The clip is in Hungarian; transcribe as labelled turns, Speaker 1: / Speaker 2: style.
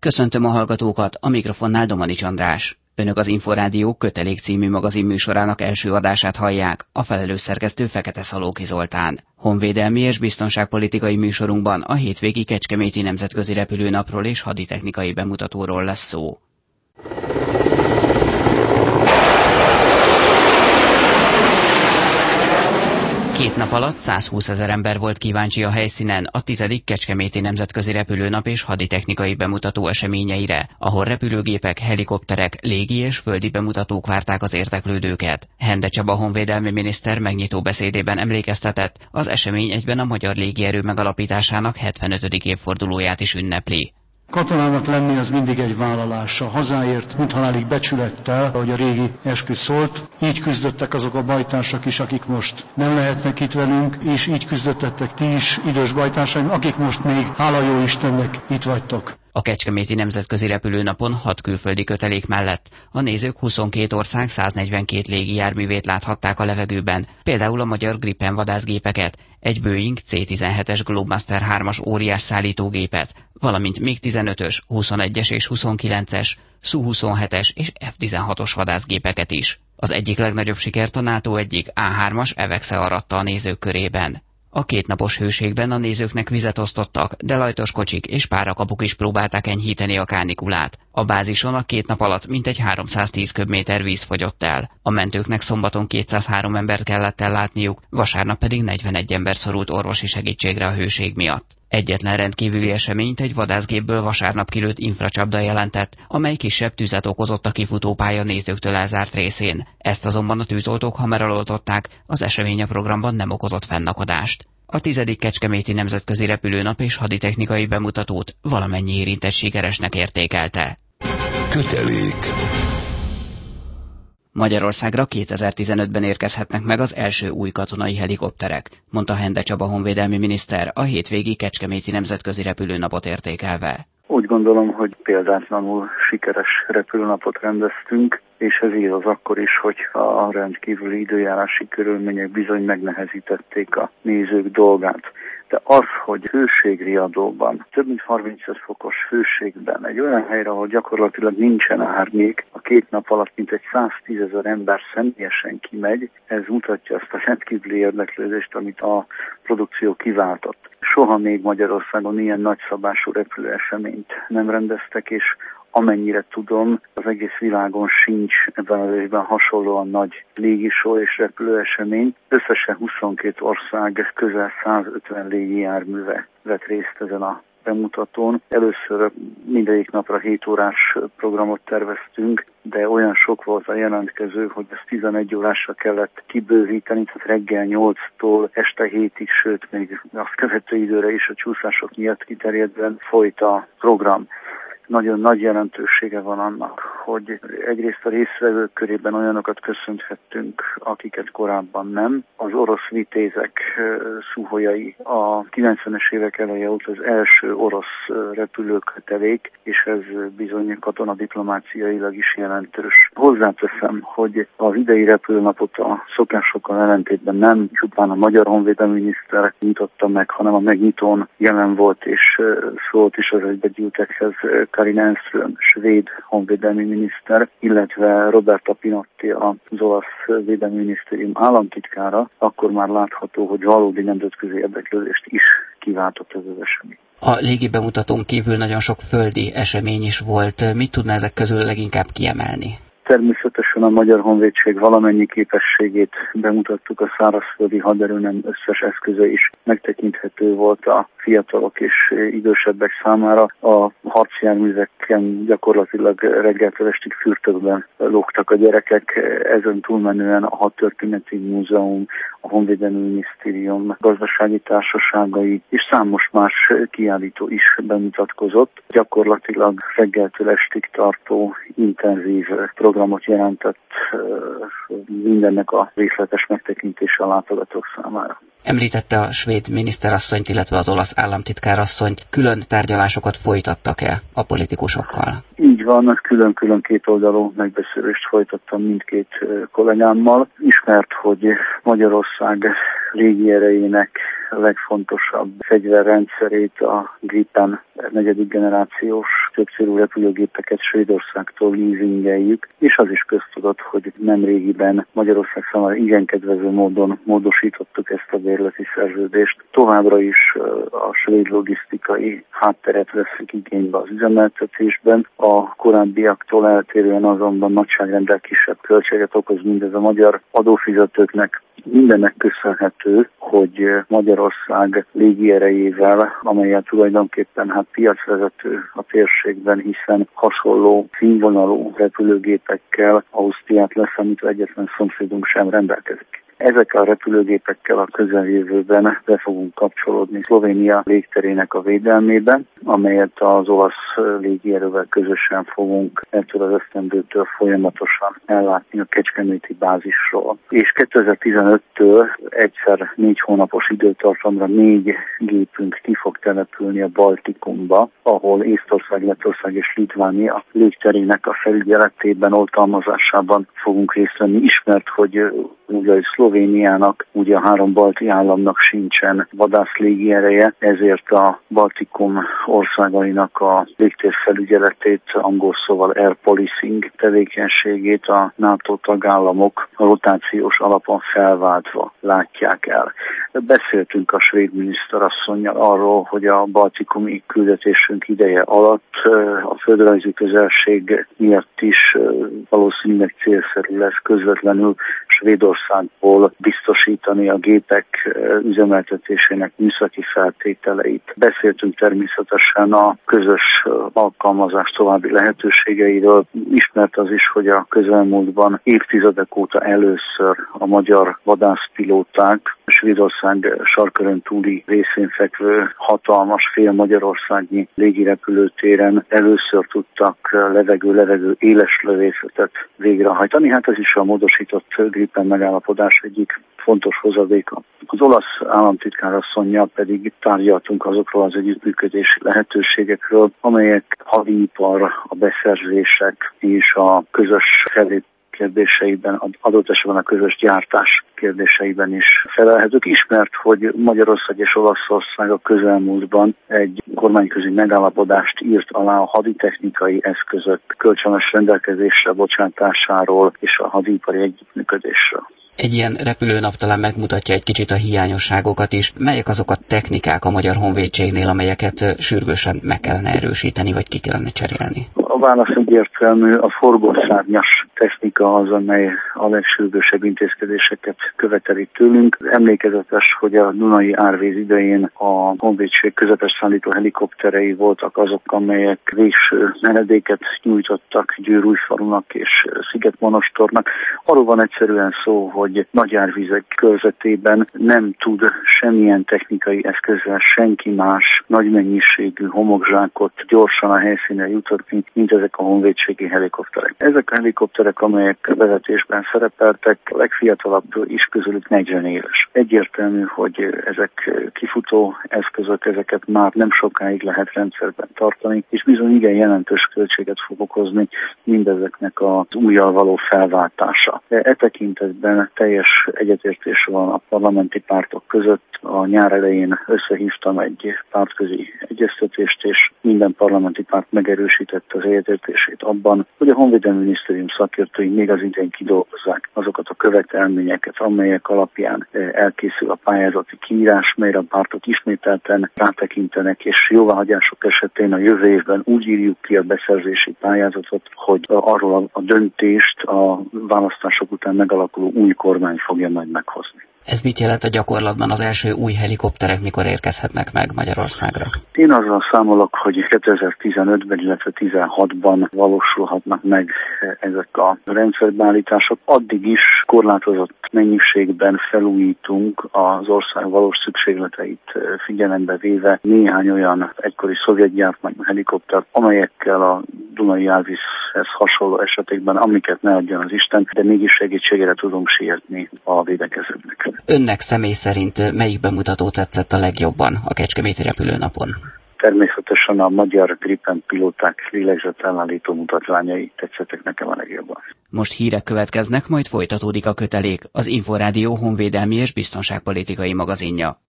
Speaker 1: Köszöntöm a hallgatókat, a mikrofonnál Domanics András. Önök az Inforádió Kötelék című magazinműsorának első adását hallják, a felelős szerkesztő Fekete Szalóki Zoltán. Honvédelmi és biztonságpolitikai műsorunkban a hétvégi Kecskeméti Nemzetközi Repülőnapról és haditechnikai bemutatóról lesz szó. Két nap alatt 120 000 ember volt kíváncsi a helyszínen a 10. Kecskeméti Nemzetközi Repülőnap és haditechnikai bemutató eseményeire, ahol repülőgépek, helikopterek, légi és földi bemutatók várták az érdeklődőket. Hende Csaba honvédelmi miniszter megnyitó beszédében emlékeztetett, az esemény egyben a magyar légierő megalapításának 75. évfordulóját is ünnepli.
Speaker 2: Katonának lenni az mindig egy vállalás. A hazáért mindhalálig becsülettel, ahogy a régi eskü szólt. Így küzdöttek azok a bajtársak is, akik most nem lehetnek itt velünk, és így küzdöttetek ti is, idős bajtársaim, akik most még, hála jó Istennek, itt vagytok.
Speaker 1: A Kecskeméti Nemzetközi Repülőnapon 6 külföldi kötelék mellett a nézők 22 ország 142 légijárművét láthatták a levegőben, például a magyar Gripen vadászgépeket, egy Boeing C-17-es Globemaster 3-as óriás szállítógépet, valamint MiG-15-ös, 21-es és 29-es, Su-27-es és F-16-os vadászgépeket is. Az egyik legnagyobb sikert a NATO egyik A3-as Evexe aratta a nézők körében. A kétnapos hőségben a nézőknek vizet osztottak, de lajtos kocsik és párakapuk is próbálták enyhíteni a kánikulát. A bázison a 2 nap alatt mintegy 310 köbméter víz fogyott el. A mentőknek szombaton 203 embert kellett ellátniuk, vasárnap pedig 41 ember szorult orvosi segítségre a hőség miatt. Egyetlen rendkívüli eseményt egy vadászgépből vasárnap kilőtt infracsapda jelentett, amely kisebb tüzet okozott a kifutópálya nézőktől elzárt részén. Ezt azonban a tűzoltók hamar eloltották, az esemény a programban nem okozott fennakadást. A 10. Kecskeméti Nemzetközi Repülőnap és haditechnikai bemutatót valamennyi érintett sikeresnek értékelte.
Speaker 3: Kötelék.
Speaker 1: Magyarországra 2015-ben érkezhetnek meg az első új katonai helikopterek, mondta Hende Csaba honvédelmi miniszter a hétvégi Kecskeméti Nemzetközi Repülőnapot értékelve.
Speaker 4: Úgy gondolom, hogy példátlanul sikeres repülőnapot rendeztünk, és ez igaz akkor is, hogyha a rendkívüli időjárási körülmények bizony megnehezítették a nézők dolgát. De az, hogy hőségriadóban, több mint 35 fokos hőségben, egy olyan helyre, ahol gyakorlatilag nincsen árnyék, a 2 nap alatt mintegy 110 000 ember személyesen kimegy, ez mutatja azt a rendkívüli érdeklődést, amit a produkció kiváltott. Soha még Magyarországon ilyen nagyszabású repülőeseményt nem rendeztek, és amennyire tudom, az egész világon sincs ebben az évben hasonlóan nagy légishow és repülőesemény. Összesen 22 ország közel 150 légijárműve vett részt ezen a bemutatón. Először mindegyik napra 7 órás programot terveztünk, de olyan sok volt a jelentkező, hogy ezt 11 órásra kellett kibővíteni, tehát reggel 8-tól este 7-ig, sőt még azt követő időre is a csúszások miatt kiterjedően folyt a program. Nagyon nagy jelentősége van annak, hogy egyrészt a résztvevők körében olyanokat köszönhettünk, akiket korábban nem. Az orosz vitézek szuhojai a 90-es évek eleje óta az első orosz repülőkötelék, és ez bizony katonadiplomáciailag is jelentős. Hozzáteszem, hogy az idei repülőnapot a szokásokkal ellentétben nem csupán a magyar honvédelmi miniszter nyitotta meg, hanem a megnyitón jelen volt és szólt is az egybegyűltekhez Karin Enström, svéd honvédelmi miniszter, illetve Roberta Pinotti, az olasz védelmi minisztérium államtitkára, akkor már látható, hogy valódi nemzetközi érdeklődést is kiváltott ez az esemény.
Speaker 1: A légi bemutatón kívül nagyon sok földi esemény is volt. Mit tudná ezek közül leginkább kiemelni?
Speaker 4: Természetesen a Magyar Honvédség valamennyi képességét bemutattuk, a szárazföldi haderőnem összes eszköze is megtekinthető volt a fiatalok és idősebbek számára. A harcjárműveken gyakorlatilag reggeltől estig fürtökben lógtak a gyerekek, ezen túlmenően a Hadtörténeti Múzeum, a Honvédelmi Minisztérium gazdasági társaságai és számos más kiállító is bemutatkozott. Gyakorlatilag reggeltől estig tartó intenzív programot jelentett mindennek a részletes megtekintése a látogatók számára.
Speaker 1: Említette a svéd miniszterasszonyt, illetve az olasz államtitkárasszonyt. Külön tárgyalásokat folytattak-e a politikusokkal?
Speaker 4: Így van, külön-külön kétoldalú megbeszélést folytattam mindkét kollégámmal. Ismert, hogy Magyarország légierejének legfontosabb fegyverrendszerét, a Gripen 4. generációs többcélú repülőgépeket Svédországtól leasingeljük, és az is köztudott, hogy nemrégiben Magyarország számára igen kedvező módon módosítottuk ezt a bérleti szerződést. Továbbra is a svéd logisztikai hátteret veszük igénybe az üzemeltetésben. A korábbiaktól eltérően azonban nagyságrendel kisebb költséget okoz mindez a magyar adófizetőknek. Mindennek köszönhető, hogy Magyarország légierejével, amelyet tulajdonképpen piacvezető a térségben, hiszen hasonló színvonalú repülőgépekkel Ausztriát leszámítva egyetlen szomszédunk sem rendelkezik. Ezekkel a repülőgépekkel a közeljövőben be fogunk kapcsolódni Szlovénia légterének a védelmébe, amelyet az olasz légierővel közösen fogunk ettől az esztendőtől folyamatosan ellátni a kecskeméti bázisról. És 2015-től egyszer 4 hónapos időtartamra 4 gépünk ki fog települni a Baltikumba, ahol Észtország, Lettország és Litvánia légterének a felügyeletében, oltalmazásában fogunk részt venni. Ismert, hogy ugye Szlovéniának, ugye a 3 balti államnak sincsen vadászlégiereje, ezért a Baltikum országainak a légtérfelügyeletét, angol szóval air policing tevékenységét a NATO tagállamok a rotációs alapon felváltva látják el. Beszéltünk a svéd miniszterasszonnyal arról, hogy a baltikumi küldetésünk ideje alatt a földrajzi közelség miatt is valószínűleg célszerű lesz közvetlenül Svédországból biztosítani a gépek üzemeltetésének műszaki feltételeit. Beszéltünk természetesen a közös alkalmazás további lehetőségeiről. Ismert az is, hogy a közelmúltban évtizedek óta először a magyar vadászpilóták Svédország sarkkörön túli részén fekvő hatalmas fél magyarországnyi légirepülőtéren először tudtak levegő éles lövészetet végrehajtani. Hát ez is a módosított Gripen megállapodás egyik fontos hozadéka. Az olasz államtitkárasszonnyal pedig tárgyaltunk azokról az együttműködési lehetőségekről, amelyek hadipar, a beszerzések és a közös fellépés kérdéseiben, adott esetben a közös gyártás kérdéseiben is felelhetők. Ismert, hogy Magyarország és Olaszország a közelmúltban egy kormányközi megállapodást írt alá a haditechnikai eszközök kölcsönös rendelkezésre bocsátásáról és a hadipari együttműködésről.
Speaker 1: Egy ilyen repülőnap talán megmutatja egy kicsit a hiányosságokat is. Melyek azok a technikák a Magyar Honvédségnél, amelyeket sürgősen meg kellene erősíteni, vagy ki kellene cserélni?
Speaker 4: A válasz egyértelmű, a forgószárnyas technika az, amely a legsürgősebb intézkedéseket követeli tőlünk. Emlékezetes, hogy a Dunai árvíz idején a Honvédség közepes szállító helikopterei voltak azok, amelyek végső menedéket nyújtottak Győr-Újfalunak és Szigetmonostornak. Arról van egyszerűen szó, hogy nagy árvizek körzetében nem tud semmilyen technikai eszközzel senki más nagy mennyiségű homokzsákot gyorsan a helyszínre jutatni, mint ezek a honvédségi helikopterek. Ezek a helikopterek, amelyek vezetésben szerepeltek, a legfiatalabb is közülük 40 éves. Egyértelmű, hogy ezek kifutó eszközök, ezeket már nem sokáig lehet rendszerben tartani, és bizony igen jelentős költséget fog okozni mindezeknek az újjal való felváltása. E tekintetben teljes egyetértés van a parlamenti pártok között. A nyár elején összehívtam egy pártközi egyeztetést, és minden parlamenti párt megerősítette az egyetértését abban, hogy a Honvédelmi Minisztérium szakértői még az idején kidolgozzák azokat a követelményeket, amelyek alapján elkészül a pályázati kiírás, melyre a pártok ismételten rátekintenek, és jóváhagyások esetén a jövő évben úgy írjuk ki a beszerzési pályázatot, hogy arról a döntést a választások után megalakuló új kormány fogja majd meghozni.
Speaker 1: Ez mit jelent a gyakorlatban? Az első új helikopterek mikor érkezhetnek meg Magyarországra?
Speaker 4: Én azzal számolok, hogy 2015-ben, illetve 2016-ban valósulhatnak meg ezek a rendszerbeállítások. Addig is korlátozott mennyiségben felújítunk az ország valós szükségleteit figyelembe véve néhány olyan egykori szovjet gyártmányú helikoptert, amelyekkel a Dunai árvízhez hasonló esetekben, amiket ne adjon az Isten, de mégis segítségére tudunk sietni a védekezőknek.
Speaker 1: Önnek személy szerint melyik bemutató tetszett a legjobban a kecskeméti repülőnapon?
Speaker 4: Természetesen a magyar Gripen pilóták lélegzetellállító mutatványai tetszettek nekem a legjobban.
Speaker 1: Most hírek következnek, majd folytatódik a kötelék, az Inforádió honvédelmi és biztonságpolitikai magazinja.